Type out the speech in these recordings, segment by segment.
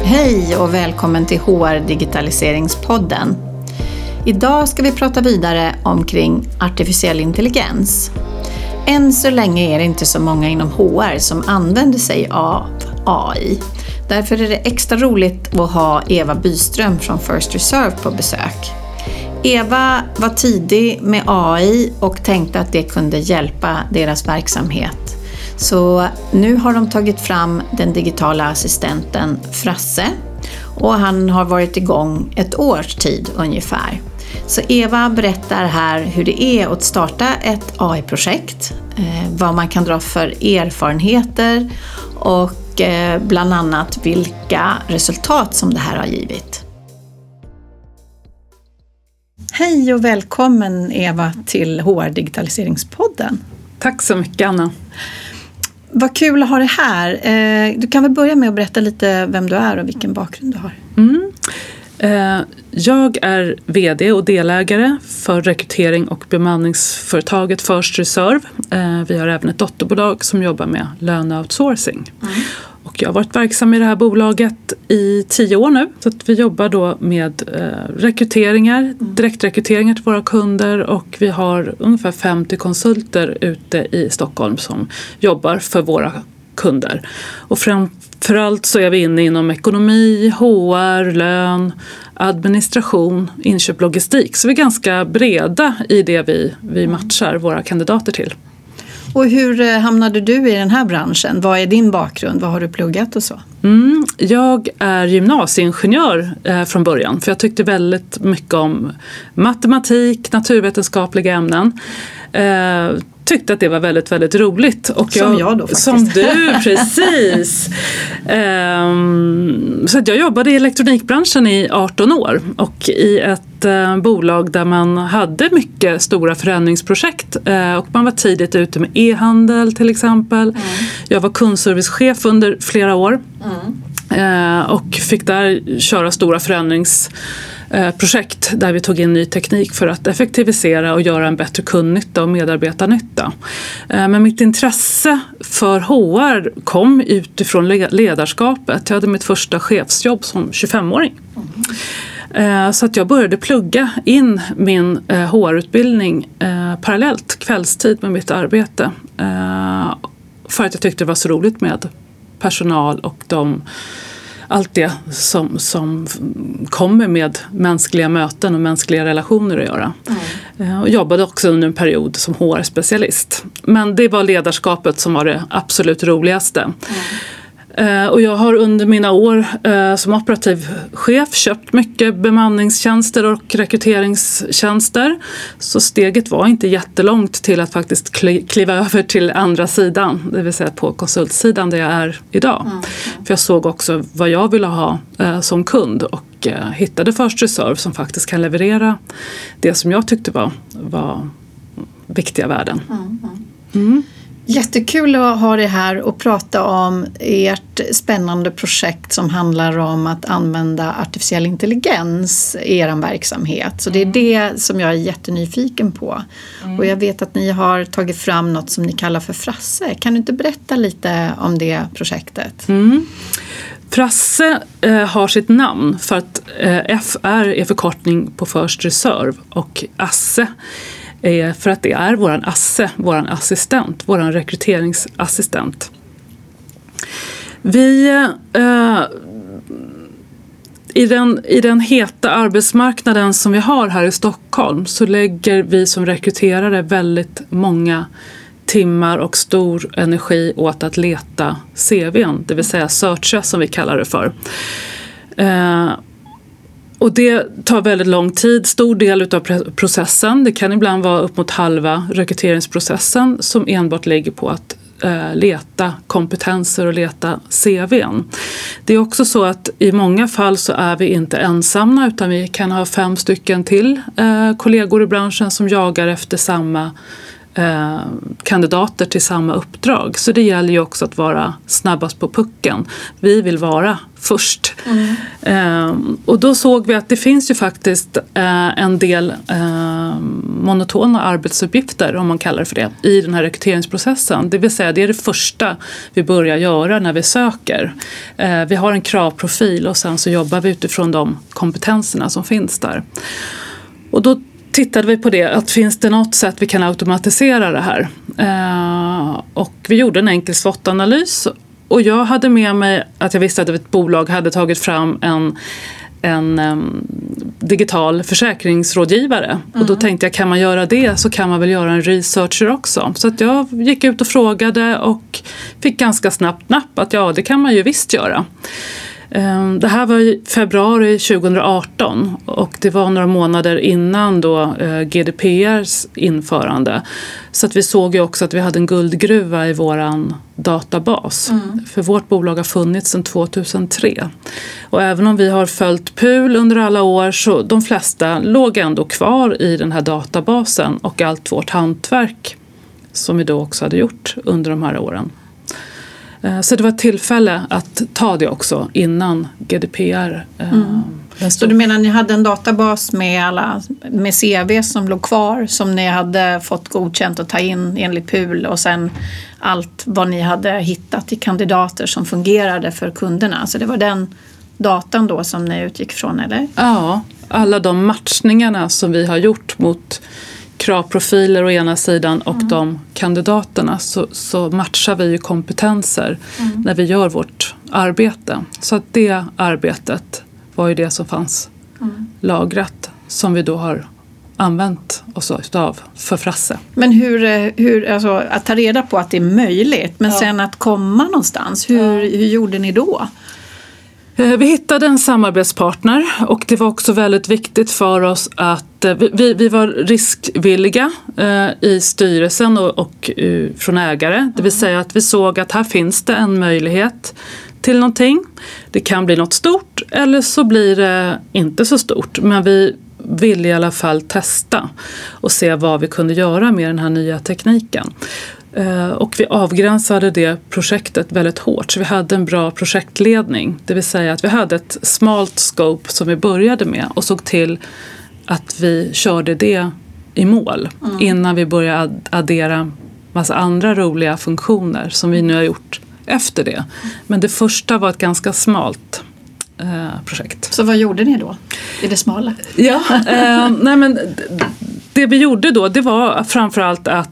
Hej och välkommen till HR Digitaliseringspodden. Idag ska vi prata vidare omkring artificiell intelligens. Än så länge är det inte så många inom HR som använder sig av AI. Därför är det extra roligt att ha Eva Byström från First Reserve på besök. Eva var tidig med AI och tänkte att det kunde hjälpa deras verksamhet. Så nu har de tagit fram den digitala assistenten Frasse och han har varit igång ett års tid ungefär. Så Eva berättar här hur det är att starta ett AI-projekt, vad man kan dra för erfarenheter och bland annat vilka resultat som det här har givit. Hej och välkommen Eva till HR Digitaliseringspodden. Tack så mycket Anna. Vad kul att ha det här. Du kan väl börja med att berätta lite vem du är och vilken bakgrund du har. Jag är vd och delägare för rekrytering och bemanningsföretaget First Reserve. Vi har även ett dotterbolag som jobbar med löneoutsourcing. Och jag har varit verksam i det här bolaget i 10 år nu. Så att vi jobbar då med rekryteringar, direktrekryteringar till våra kunder. Och vi har ungefär 50 konsulter ute i Stockholm som jobbar för våra kunder. Och framförallt så är vi inne inom ekonomi, HR, lön, administration, inköp, logistik. Så vi är ganska breda i det vi matchar våra kandidater till. Och hur hamnade du i den här branschen? Vad är din bakgrund? Vad har du pluggat och så? Jag är gymnasieingenjör från början. För jag tyckte väldigt mycket om matematik, naturvetenskapliga ämnen. Tyckte att det var väldigt, väldigt roligt. Och som jag då faktiskt. Som du, precis. Så att jag jobbade i elektronikbranschen i 18 år. Och i ett bolag där man hade mycket stora förändringsprojekt. Och man var tidigt ute med e-handel till exempel. Jag var kundservicechef under flera år. Och fick där köra stora förändringsprojekt där vi tog in ny teknik för att effektivisera och göra en bättre kundnytta och medarbetarnytta. Men mitt intresse för HR kom utifrån ledarskapet. Jag hade mitt första chefsjobb som 25-åring. Så att jag började plugga in min HR-utbildning parallellt kvällstid med mitt arbete. För att jag tyckte det var så roligt med personal och allt det som kommer med mänskliga möten och mänskliga relationer att göra. Och jobbade också under en period som HR-specialist. Men det var ledarskapet som var det absolut roligaste. Och jag har under mina år som operativ chef köpt mycket bemanningstjänster och rekryteringstjänster. Så steget var inte jättelångt till att faktiskt kliva över till andra sidan. Det vill säga på konsultsidan där jag är idag. För jag såg också vad jag ville ha som kund och hittade First Reserve som faktiskt kan leverera det som jag tyckte var viktiga värden. Jättekul att ha det här och prata om ert spännande projekt som handlar om att använda artificiell intelligens i er verksamhet. Så det är det som jag är jättenyfiken på. Och jag vet att ni har tagit fram något som ni kallar för Frasse. Kan du inte berätta lite om det projektet? Frasse har sitt namn för att FR är förkortning på First Reserve och ASSE för att det är våran ASSE, våran assistent, våran rekryteringsassistent. Vi i den heta arbetsmarknaden som vi har här i Stockholm så lägger vi som rekryterare väldigt många timmar och stor energi åt att leta CV:n, det vill säga searcha som vi kallar det för. Och det tar väldigt lång tid, stor del av processen. Det kan ibland vara upp mot halva rekryteringsprocessen som enbart ligger på att leta kompetenser och leta CV:n. Det är också så att i många fall så är vi inte ensamma utan vi kan ha 5 stycken till kollegor i branschen som jagar efter samma kandidater till samma uppdrag. Så det gäller ju också att vara snabbast på pucken. Vi vill vara först. Och då såg vi att det finns ju faktiskt en del monotona arbetsuppgifter, om man kallar det för det, i den här rekryteringsprocessen. Det vill säga, det är det första vi börjar göra när vi söker. Vi har en kravprofil och sen så jobbar vi utifrån de kompetenserna som finns där. Och då tittade vi på det, att finns det något sätt vi kan automatisera det här? Och vi gjorde en enkel SWOT-analys, och jag hade med mig att jag visste att ett bolag hade tagit fram en digital försäkringsrådgivare. Och då tänkte jag, kan man göra det så kan man väl göra en researcher också. Så att jag gick ut och frågade och fick ganska snabbt napp att ja, det kan man ju visst göra. Det här var i februari 2018 och det var några månader innan då GDPRs införande. Så att vi såg ju också att vi hade en guldgruva i våran databas. För vårt bolag har funnits sedan 2003. Och även om vi har följt PUL under alla år, så de flesta låg ändå kvar i den här databasen och allt vårt hantverk som vi då också hade gjort under de här åren. Så det var ett tillfälle att ta det också innan GDPR. Så du menar ni hade en databas med CV som låg kvar, som ni hade fått godkänt att ta in enligt PUL, och sen allt vad ni hade hittat i kandidater som fungerade för kunderna. Så det var den datan då som ni utgick från, eller? Ja, alla de matchningarna som vi har gjort mot kravprofiler å ena sidan och de kandidaterna, så matchar vi ju kompetenser när vi gör vårt arbete. Så att det arbetet var ju det som fanns lagrat, som vi då har använt oss av för Frasse. Men hur alltså, att ta reda på att det är möjligt, men sen att komma någonstans, hur gjorde ni då? Vi hittade en samarbetspartner, och det var också väldigt viktigt för oss att vi var riskvilliga i styrelsen och från ägare. Det vill säga att vi såg att här finns det en möjlighet till någonting. Det kan bli något stort eller så blir det inte så stort. Men vi ville i alla fall testa och se vad vi kunde göra med den här nya tekniken. Och vi avgränsade det projektet väldigt hårt, så vi hade en bra projektledning. Det vill säga att vi hade ett smalt scope som vi började med och såg till att vi körde det i mål innan vi började addera massa andra roliga funktioner som vi nu har gjort efter det. Men det första var ett ganska smalt projekt. Så vad gjorde ni då i det smala? Ja, nej men det vi gjorde då, det var framförallt att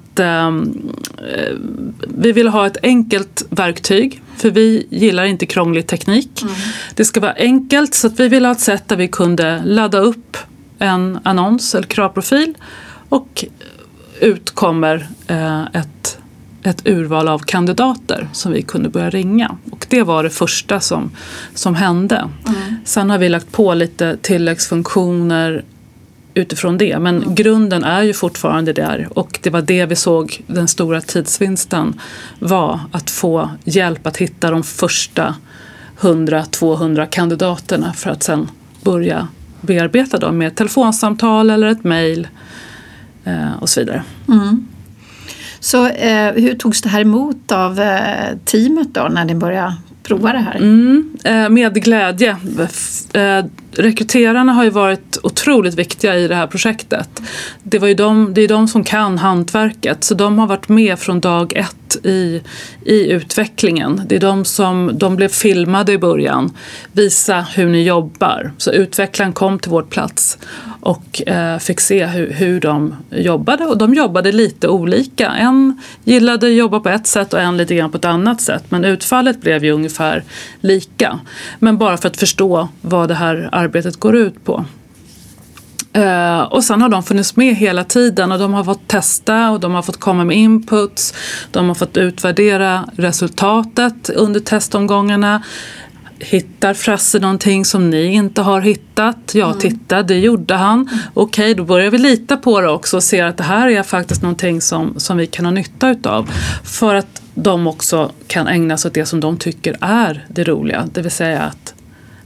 vi ville ha ett enkelt verktyg, för vi gillar inte krånglig teknik. Det ska vara enkelt, så att vi ville ha ett sätt där vi kunde ladda upp en annons eller kravprofil och ut kommer ett urval av kandidater som vi kunde börja ringa. Och det var det första som hände. Sen har vi lagt på lite tilläggsfunktioner utifrån det. Men grunden är ju fortfarande där. Och det var det vi såg, den stora tidsvinsten var att få hjälp att hitta de första 100-200 kandidaterna för att sen börja bearbeta dem med ett telefonsamtal eller ett mejl och så vidare. Så hur togs det här emot av teamet då när ni började prova det här? Med glädje. Rekryterarna har ju varit otroligt viktiga i det här projektet. Det är de som kan hantverket, så de har varit med från dag ett i utvecklingen. Det är de blev filmade i början. Visa hur ni jobbar. Så utvecklaren kom till vår plats och fick se hur de jobbade. Och de jobbade lite olika. En gillade att jobba på ett sätt och en lite grann på ett annat sätt. Men utfallet blev ju ungefär lika. Men bara för att förstå vad det här arbetet går ut på. Och sen har de funnits med hela tiden och de har fått testa och de har fått komma med inputs. De har fått utvärdera resultatet under testomgångarna. Hittar Frasse någonting som ni inte har hittat? Ja, titta, det gjorde han. Okej, då börjar vi lita på det också och ser att det här är faktiskt någonting som vi kan ha nytta utav. För att de också kan ägna sig åt det som de tycker är det roliga. Det vill säga att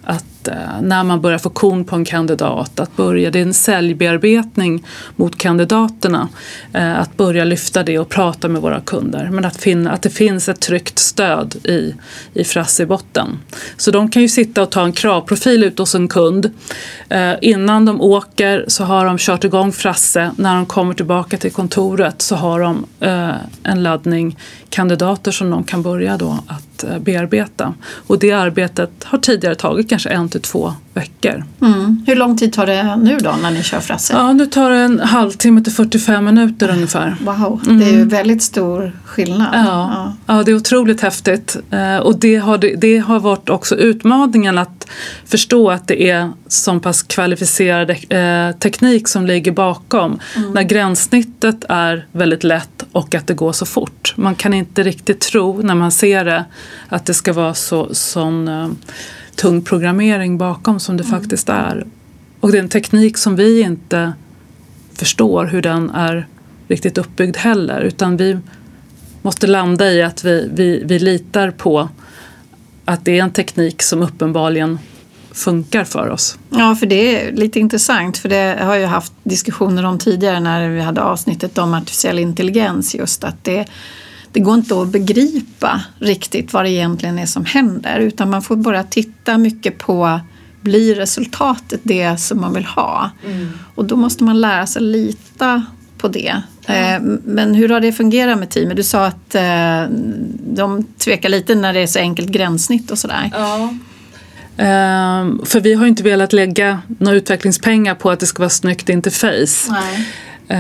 när man börjar få kon på en kandidat, det är en säljbearbetning mot kandidaterna, att börja lyfta det och prata med våra kunder, men att det finns ett tryggt stöd i Frasse i botten. Så de kan ju sitta och ta en kravprofil ut hos en kund. Innan de åker så har de kört igång Frasse. När de kommer tillbaka till kontoret så har de en laddning kandidater som de kan börja då att bearbeta. Och det arbetet har tidigare tagit kanske 1 till 2 veckor. Hur lång tid tar det nu då när ni kör Frasse? Ja, nu tar det en halvtimme till 45 minuter ungefär. Wow, det är ju väldigt stor skillnad. Ja, det är otroligt häftigt. Och det har varit också utmaningen att förstå att det är så pass kvalificerad teknik som ligger bakom. När gränssnittet är väldigt lätt och att det går så fort. Man kan inte riktigt tro när man ser det att det ska vara sån tung programmering bakom som det faktiskt är. Och det är en teknik som vi inte förstår hur den är riktigt uppbyggd heller. Utan vi måste landa i att vi litar på att det är en teknik som uppenbarligen funkar för oss. Ja, för det är lite intressant, för det har jag haft diskussioner om tidigare när vi hade avsnittet om artificiell intelligens, just att det går inte att begripa riktigt vad det egentligen är som händer, utan man får bara titta mycket på, blir resultatet det som man vill ha? Och då måste man lära sig lita på det. Men hur har det fungerat med teamet? Du sa att de tvekar lite när det är så enkelt gränssnitt och sådär. Ja. För vi har inte velat lägga några utvecklingspengar på att det ska vara snyggt interface. Nej.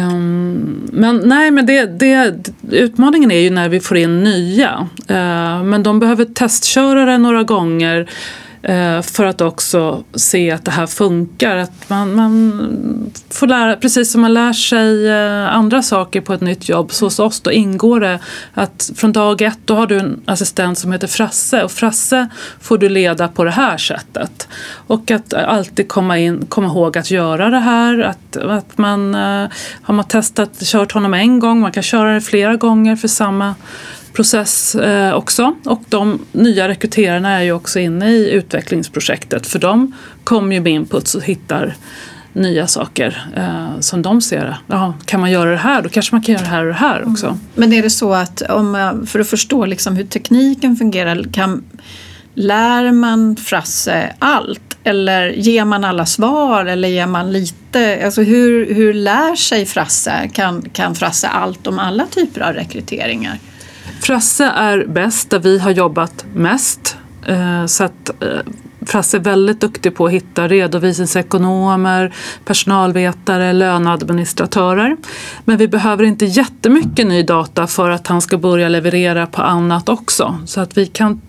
Men utmaningen är ju när vi får in nya. Men de behöver testköra det några gånger för att också se att det här funkar. Att man får lära, precis som man lär sig andra saker på ett nytt jobb, så hos oss då ingår det att från dag 1 då har du en assistent som heter Frasse, och Frasse får du leda på det här sättet. Och att alltid komma ihåg att göra det här, att man har man kört honom en gång, man kan köra det flera gånger för samma process också. Och de nya rekryterarna är ju också inne i utvecklingsprojektet, för de kommer ju med inputs och hittar nya saker som de ser. Ja, kan man göra det här? Då kanske man kan göra det här och det här också. Men är det så att för att förstå liksom hur tekniken fungerar, lär man Frasse allt? Eller ger man alla svar? Eller ger man lite? Alltså hur lär sig Frasse? Kan Frasse allt om alla typer av rekryteringar? Frasse är bäst där vi har jobbat mest. Så att Frasse är väldigt duktig på att hitta redovisningsekonomer, personalvetare, löneadministratörer. Men vi behöver inte jättemycket ny data för att han ska börja leverera på annat också. Så att vi kan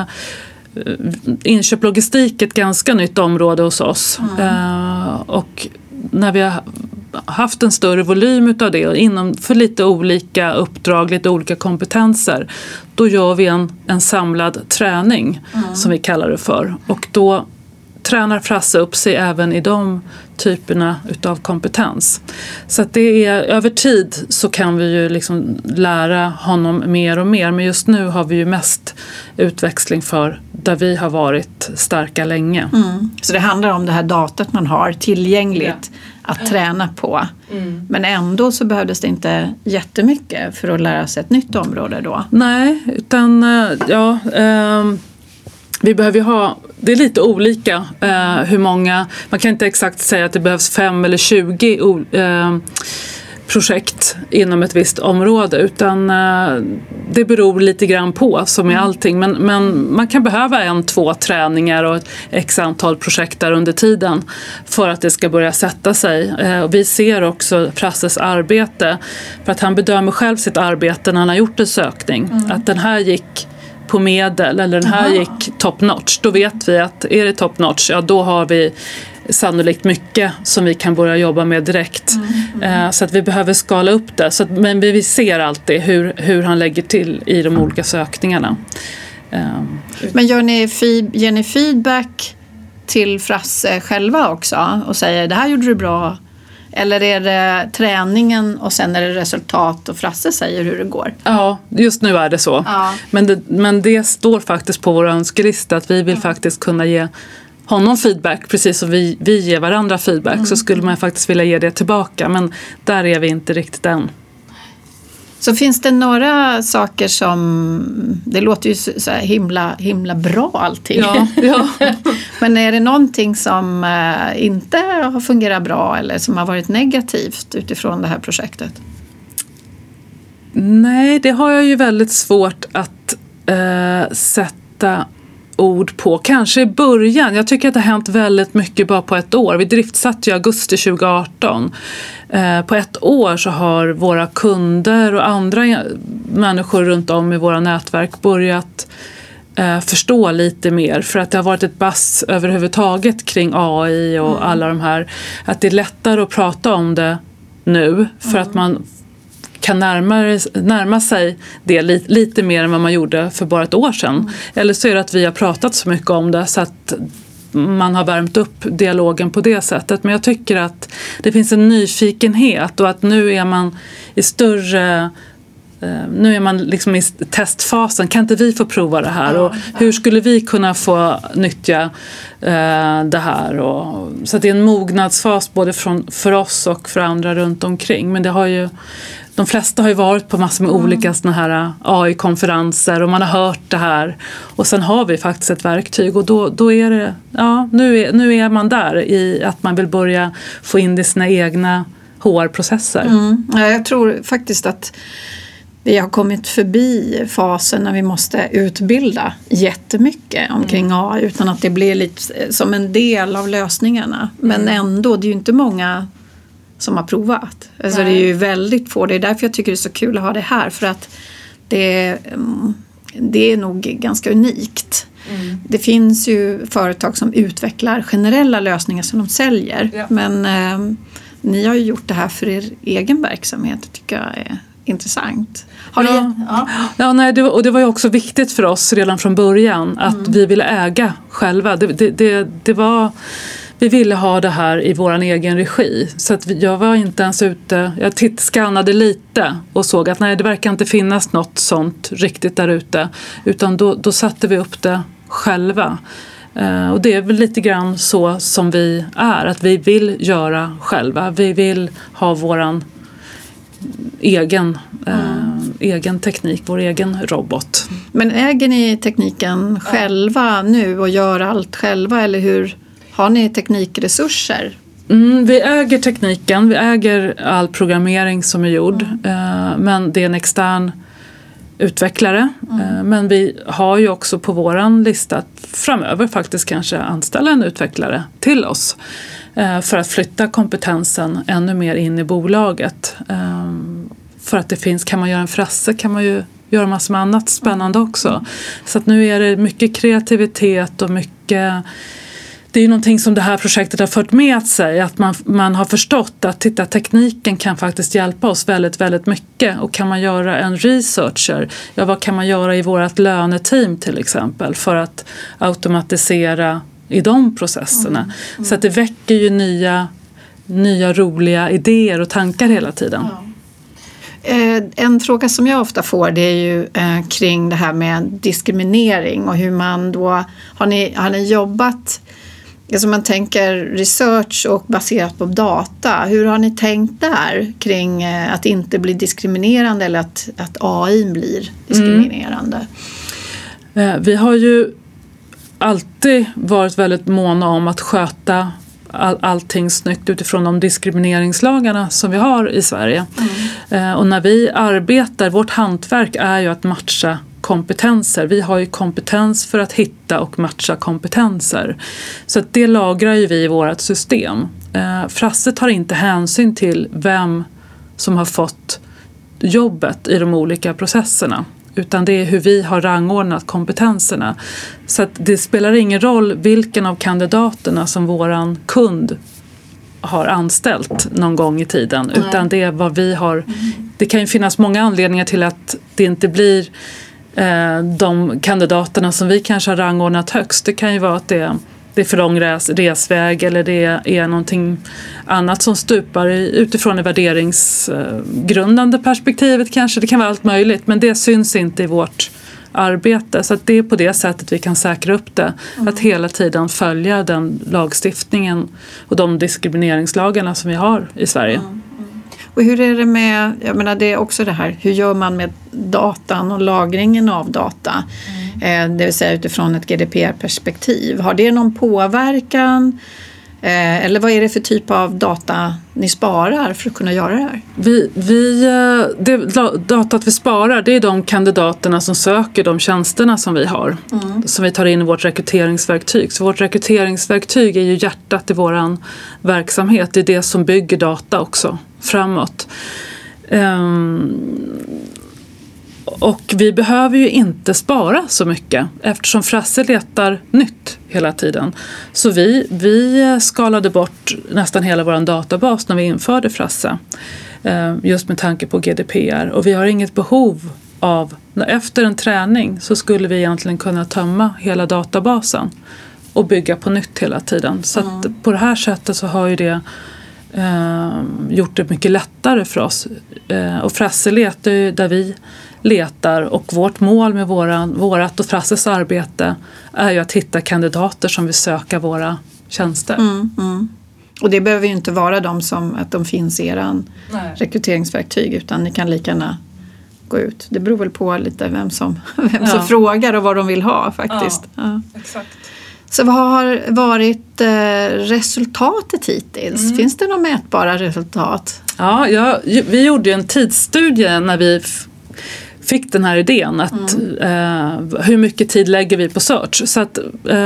inköp logistik är ett ganska nytt område hos oss. Och när vi har haft en större volym utav det för lite olika uppdrag, lite olika kompetenser, då gör vi en samlad träning som vi kallar det för. Och då tränar Frasse upp sig även i de typerna utav kompetens. Så att det är över tid så kan vi ju liksom lära honom mer och mer, men just nu har vi ju mest utväxling för där vi har varit starka länge. Så det handlar om det här datat man har tillgängligt att träna på. Men ändå så behövdes det inte jättemycket för att lära sig ett nytt område då. Nej, utan vi behöver ju ha, det är lite olika hur många, man kan inte exakt säga att det behövs 5 eller 20 projekt inom ett visst område, utan det beror lite grann på, som i allting, men man kan behöva 1-2 träningar och ett x antal projekt där under tiden för att det ska börja sätta sig. Och vi ser också Frasses arbete, för att han bedömer själv sitt arbete när han har gjort en sökning, att den här gick på medel eller den här gick top notch, då vet vi att är det top notch, ja då har vi sannolikt mycket som vi kan börja jobba med direkt. Så att vi behöver skala upp det. Men vi ser alltid hur han lägger till i de olika sökningarna. Men ger ni feedback till Frasse själva också och säger det här gjorde du bra? Eller är det träningen och sen är det resultat och Frasse säger hur det går? Ja, just nu är det så. Ja. Men det står faktiskt på vår önskelista att vi vill faktiskt kunna ge honom feedback precis som vi ger varandra feedback, så skulle man faktiskt vilja ge det tillbaka, men där är vi inte riktigt än. Så finns det några saker som, det låter ju så här himla bra allting. Ja. Men är det någonting som inte har fungerat bra eller som har varit negativt utifrån det här projektet? Nej, det har jag ju väldigt svårt att sätta ord på. Kanske i början. Jag tycker att det har hänt väldigt mycket bara på ett år. Vi driftsatte i augusti 2018. På ett år så har våra kunder och andra människor runt om i våra nätverk börjat förstå lite mer, för att det har varit ett bass överhuvudtaget kring AI och alla de här, att det är lättare att prata om det nu för att man kan närma sig det lite mer än vad man gjorde för bara ett år sedan. Eller så är det att vi har pratat så mycket om det så att man har värmt upp dialogen på det sättet. Men jag tycker att det finns en nyfikenhet och att nu är man i större... Nu är man liksom i testfasen. Kan inte vi få prova det här? Och hur skulle vi kunna få nyttja det här? Så att det är en mognadsfas både för oss och för andra runt omkring. Men det har ju... De flesta har ju varit på massor med olika såna här AI-konferenser och man har hört det här. Och sen har vi faktiskt ett verktyg och då är det, nu är man där i att man vill börja få in det i sina egna HR-processer. Ja, jag tror faktiskt att vi har kommit förbi fasen när vi måste utbilda jättemycket omkring AI utan att det blir lite som en del av lösningarna. Men ändå, det är ju inte många som har provat. Alltså det är ju väldigt få. Det är därför jag tycker det är så kul att ha det här. För att det är nog ganska unikt. Det finns ju företag som utvecklar generella lösningar som de säljer. Ja. Men ni har ju gjort det här för er egen verksamhet. Det tycker jag är intressant. Och det var ju också viktigt för oss redan från början att vi ville äga själva. Det var... Vi ville ha det här i våran egen regi. Så att jag var inte ens ute... Jag skannade lite och såg att nej, det verkar inte finnas något sånt riktigt där ute. Utan då satte vi upp det själva. Och det är väl lite grann så som vi är. Att vi vill göra själva. Vi vill ha våran egen teknik, vår egen robot. Men äger ni tekniken själva nu och gör allt själva eller hur... Har ni teknikresurser? Vi äger tekniken, vi äger all programmering som är gjord. Men det är en extern utvecklare. Men vi har ju också på våran lista att framöver faktiskt kanske anställa en utvecklare till oss. För att flytta kompetensen ännu mer in i bolaget. För att det finns, kan man göra en frasse kan man ju göra massor med annat spännande också. Så att nu är det mycket kreativitet och mycket... Det är ju någonting som det här projektet har fört med sig. Att man har förstått att tekniken kan faktiskt hjälpa oss väldigt, väldigt mycket. Och kan man göra en researcher, vad kan man göra i vårt löneteam till exempel för att automatisera i de processerna. Så att det väcker ju nya roliga idéer och tankar hela tiden. Ja. En fråga som jag ofta får det är ju kring det här med diskriminering och hur man då, har ni jobbat, alltså man tänker research och baserat på data, hur har ni tänkt där kring att inte bli diskriminerande eller att AI blir diskriminerande? Vi har ju alltid varit väldigt måna om att sköta allting snyggt utifrån de diskrimineringslagarna som vi har i Sverige. Och när vi arbetar, vårt hantverk är ju att matcha kompetenser. Vi har ju kompetens för att hitta och matcha kompetenser. Så att det lagrar ju vi i vårt system. Frasse tar inte hänsyn till vem som har fått jobbet i de olika processerna. Utan det är hur vi har rangordnat kompetenserna. Så att det spelar ingen roll vilken av kandidaterna som våran kund har anställt någon gång i tiden. Nej. Utan det är vad vi har... Det kan ju finnas många anledningar till att det inte blir de kandidaterna som vi kanske har rangordnat högst. Det kan ju vara att det är för lång resväg eller det är någonting annat som stupar utifrån det värderingsgrundande perspektivet kanske. Det kan vara allt möjligt, men det syns inte i vårt arbete. Så att det är på det sättet vi kan säkra upp det. Att hela tiden följa den lagstiftningen och de diskrimineringslagarna som vi har i Sverige. Och hur är det med, jag menar det är också det här, hur gör man med datan och lagringen av data? Det vill säga utifrån ett GDPR-perspektiv. Har det någon påverkan? Eller vad är det för typ av data ni sparar för att kunna göra det här? Det datat vi sparar, det är de kandidaterna som söker de tjänsterna som vi har. Som vi tar in i vårt rekryteringsverktyg. Så vårt rekryteringsverktyg är ju hjärtat i våran verksamhet. Det är det som bygger data också framåt. Och vi behöver ju inte spara så mycket eftersom Frasse letar nytt hela tiden. Så vi skalade bort nästan hela vår databas när vi införde Frasse. Just med tanke på GDPR. Och vi har inget behov av, efter en träning så skulle vi egentligen kunna tömma hela databasen och bygga på nytt hela tiden. Så att på det här sättet så har ju det gjort det mycket lättare för oss. Och Frasse letar ju där vi letar och vårt mål med vårat och Frasses arbete är ju att hitta kandidater som vill söka våra tjänster. Och det behöver ju inte vara att de finns i eran rekryteringsverktyg utan ni kan lika gärna gå ut. Det beror väl på lite vem som frågar och vad de vill ha faktiskt. Ja. Exakt. Så vad har varit resultatet hittills? Finns det några mätbara resultat? Ja, vi gjorde ju en tidsstudie när vi fick den här idén att hur mycket tid lägger vi på search. Så att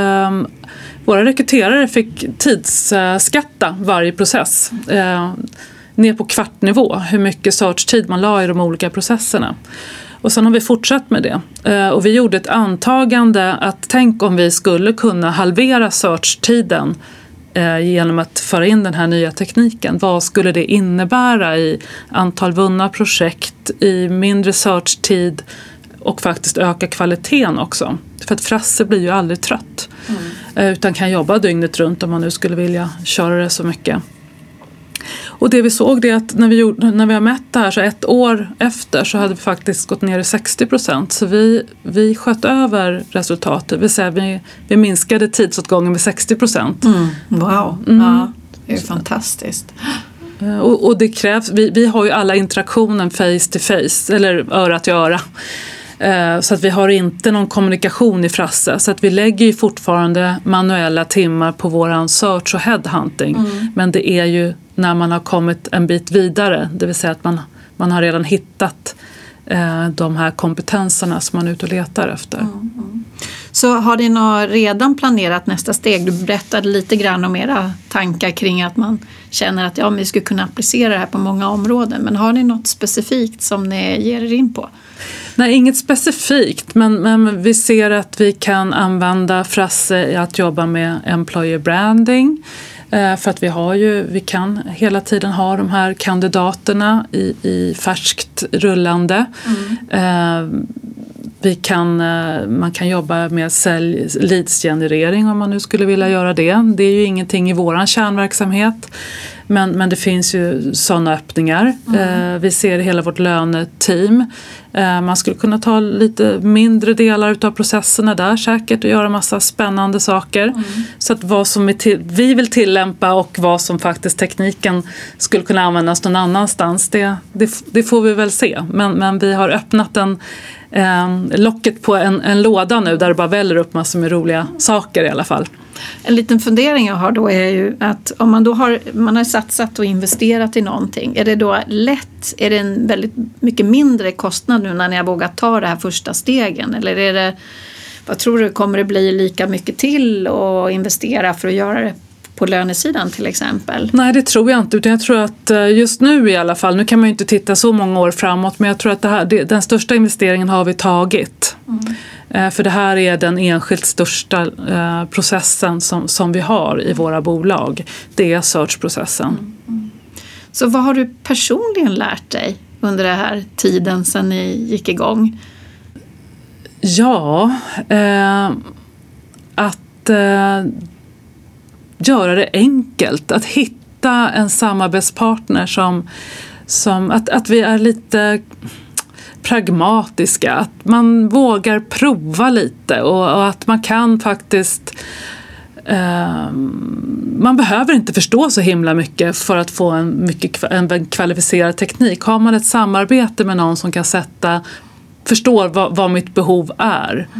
våra rekryterare fick tidsskatta varje process ner på kvartnivå. Hur mycket search-tid man la i de olika processerna. Och sen har vi fortsatt med det. Och vi gjorde ett antagande att tänk om vi skulle kunna halvera search-tiden genom att föra in den här nya tekniken. Vad skulle det innebära i antal vunna projekt, i mindre search-tid och faktiskt öka kvaliteten också. För att Frasse blir ju aldrig trött utan kan jobba dygnet runt om man nu skulle vilja köra det så mycket. Och det vi såg det att när vi har mätt det här så 1 år efter så hade vi faktiskt gått ner i 60%. Så vi sköt över resultatet. Det vill säga vi minskade tidsåtgången med 60%. Wow, ja, det är fantastiskt. Och det krävs, vi har ju alla interaktionen face to face eller öra till öra. Så att vi har inte någon kommunikation i Frasse. Så att vi lägger ju fortfarande manuella timmar på våran search och headhunting. Men det är ju när man har kommit en bit vidare. Det vill säga att man har redan hittat de här kompetenserna som man är ute och letar efter. Så har ni redan planerat nästa steg? Du berättade lite grann om era tankar kring att man känner att vi skulle kunna applicera det här på många områden. Men har ni något specifikt som ni ger er in på? Nej, inget specifikt. Men vi ser att vi kan använda Frasse i att jobba med employer branding. För att vi kan hela tiden ha de här kandidaterna i färskt rullande. Man kan jobba med leadsgenerering om man nu skulle vilja göra det. Det är ju ingenting i våran kärnverksamhet. Men det finns ju sådana öppningar. Vi ser hela vårt löneteam. Man skulle kunna ta lite mindre delar av processerna där säkert och göra massa spännande saker. Så att vad som vi vill tillämpa och vad som faktiskt tekniken skulle kunna användas någon annanstans, det får vi väl se. Men vi har öppnat locket på en låda nu där det bara väller upp massor med roliga saker i alla fall. En liten fundering jag har då är ju att om man har satsat och investerat i någonting, är det då lätt, är det en väldigt mycket mindre kostnad nu när ni har vågat ta det här första stegen? Eller är det, vad tror du, kommer det bli lika mycket till att investera för att göra det på lönesidan till exempel? Nej, det tror jag inte. Utan jag tror att just nu i alla fall, nu kan man ju inte titta så många år framåt, men jag tror att den största investeringen har vi tagit. För det här är den enskilt största processen som vi har i våra bolag. Det är searchprocessen. Så vad har du personligen lärt dig under den här tiden sedan ni gick igång? Ja, att göra det enkelt. Att hitta en samarbetspartner som att vi är lite pragmatiska, att man vågar prova lite och att man kan faktiskt man behöver inte förstå så himla mycket för att få en kvalificerad teknik. Har man ett samarbete med någon som kan förstår vad mitt behov är,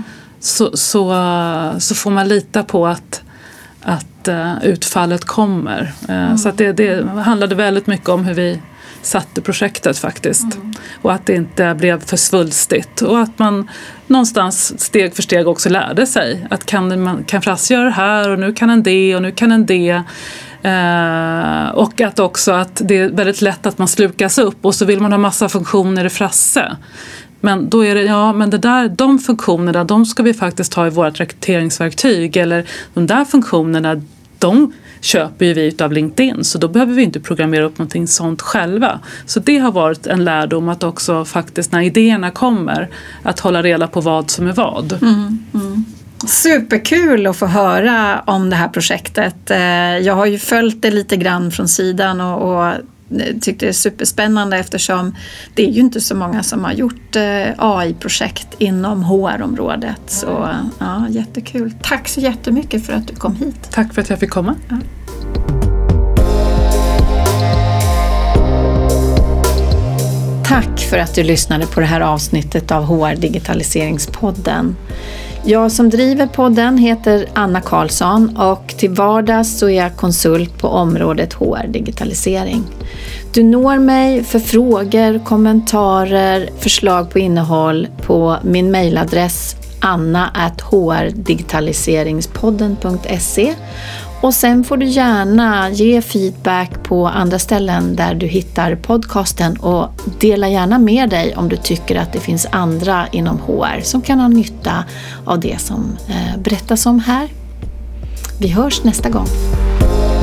så får man lita på att utfallet kommer. Så att det handlade väldigt mycket om hur vi satte projektet faktiskt. Och att det inte blev för svulstigt. Och att man någonstans steg för steg också lärde sig. Att kan Frasse göra det här och nu kan en det och nu kan en det. Och att också att det är väldigt lätt att man slukas upp och så vill man ha massa funktioner i Frasse. Men då är det, de funktionerna, de ska vi faktiskt ha i vårt rekryteringsverktyg. Eller de där funktionerna, de köper ju vi av LinkedIn, så då behöver vi inte programmera upp någonting sånt själva. Så det har varit en lärdom att också faktiskt när idéerna kommer, att hålla reda på vad som är vad. Superkul att få höra om det här projektet. Jag har ju följt det lite grann från sidan och tyckte det är superspännande eftersom det är ju inte så många som har gjort AI-projekt inom HR-området. Så ja, jättekul. Tack så jättemycket för att du kom hit. Tack för att jag fick komma. Ja. Tack för att du lyssnade på det här avsnittet av HR Digitaliseringspodden. Jag som driver podden heter Anna Karlsson och till vardags så är jag konsult på området HR-digitalisering. Du når mig för frågor, kommentarer, förslag på innehåll på min mejladress anna@hrdigitaliseringspodden.se. Och sen får du gärna ge feedback på andra ställen där du hittar podcasten och dela gärna med dig om du tycker att det finns andra inom HR som kan ha nytta av det som berättas om här. Vi hörs nästa gång.